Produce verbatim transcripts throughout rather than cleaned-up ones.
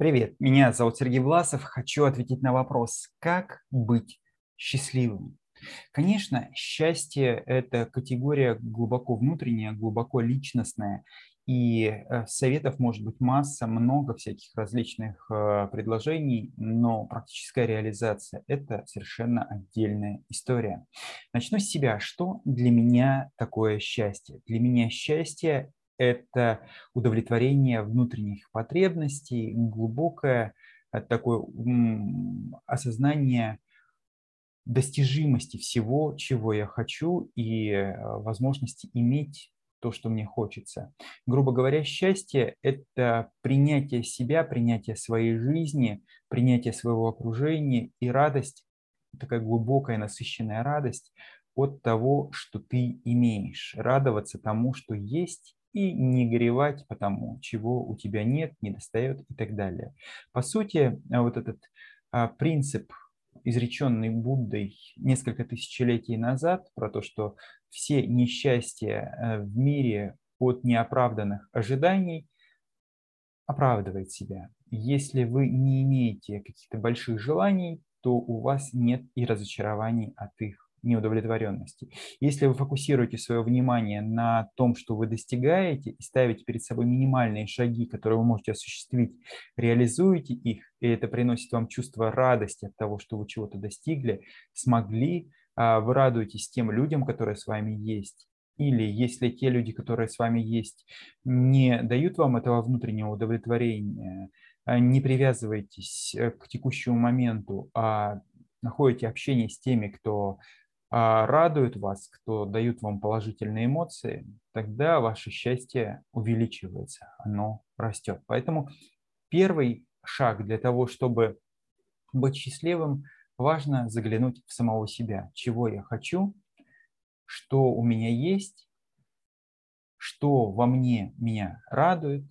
Привет, меня зовут Сергей Власов. Хочу ответить на вопрос, как быть счастливым? Конечно, счастье– это категория глубоко внутренняя, глубоко личностная, и э, советов может быть масса, много всяких различных э, предложений, но практическая реализация– это совершенно отдельная история. Начну с себя. Что для меня такое счастье? Для меня счастье– это удовлетворение внутренних потребностей, глубокое э, такое м, осознание достижимости всего, чего я хочу, и э, возможности иметь то, что мне хочется. Грубо говоря, счастье– это принятие себя, принятие своей жизни, принятие своего окружения и радость, такая глубокая, насыщенная радость от того, что ты имеешь. Радоваться тому, что есть, и не горевать по тому, чего у тебя нет, недостает и так далее. По сути, э, вот этот а, принцип, изреченный Буддой несколько тысячелетий назад, про то, что все несчастья э, в мире от неоправданных ожиданий, оправдывает себя. Если вы не имеете каких-то больших желаний, то у вас нет и разочарований от их неудовлетворенности. Если вы фокусируете свое внимание на том, что вы достигаете, и ставите перед собой минимальные шаги, которые вы можете осуществить, реализуете их, и это приносит вам чувство радости от того, что вы чего-то достигли, смогли, а, вы радуетесь тем людям, которые с вами есть. Или если те люди, которые с вами есть, не дают вам этого внутреннего удовлетворения, а не привязывайтесь э, к текущему моменту, а находите общение с теми, кто а, радует вас, кто дают вам положительные эмоции, тогда ваше счастье увеличивается, оно растет. Поэтому первый шаг для того, чтобы быть счастливым, важно заглянуть в самого себя, чего я хочу, что у меня есть, что во мне меня радует,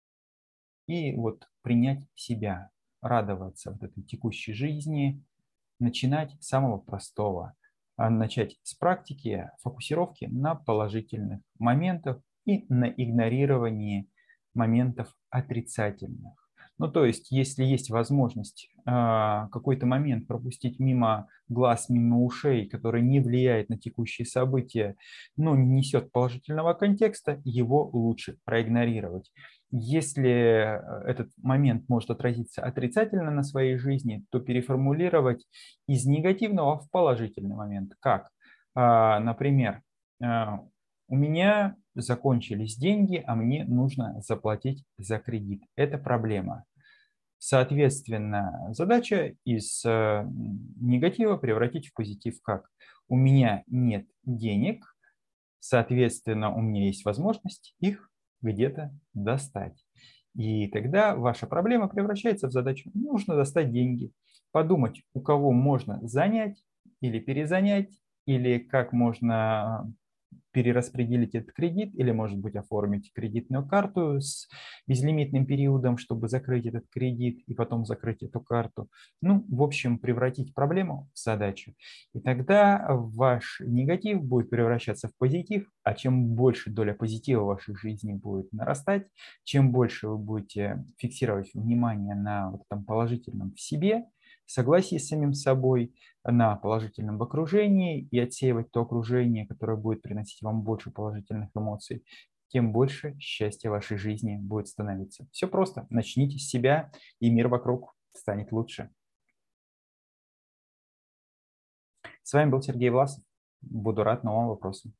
и вот принять себя, радоваться вот этой текущей жизни, начинать с самого простого, а начать с практики фокусировки на положительных моментах и на игнорировании моментов отрицательных. Ну, то есть, если есть возможность а, какой-то момент пропустить мимо глаз, мимо ушей, который не влияет на текущие события, но не несет положительного контекста, его лучше проигнорировать. Если э, этот момент может отразиться отрицательно на своей жизни, то переформулировать из негативного в положительный момент. Как? А, Например, а, у меня закончились деньги, а мне нужно заплатить за кредит. Это проблема. Соответственно, задача из э, негатива превратить в позитив. Как? У меня нет денег, соответственно, у меня есть возможность их где-то достать. И тогда ваша проблема превращается в задачу. Нужно достать деньги, подумать, у кого можно занять или перезанять, или как можно перераспределить этот кредит, или, может быть, оформить кредитную карту с безлимитным периодом, чтобы закрыть этот кредит и потом закрыть эту карту. Ну, в общем, превратить проблему в задачу. И тогда ваш негатив будет превращаться в позитив, а чем больше доля позитива в вашей жизни будет нарастать, чем больше вы будете фиксировать внимание на вот этом положительном в себе, согласии с самим собой, на положительном в окружении и отсеивать то окружение, которое будет приносить вам больше положительных эмоций, тем больше счастья в вашей жизни будет становиться. Все просто. Начните с себя, и мир вокруг станет лучше. С вами был Сергей Власов. Буду рад новым вопросам.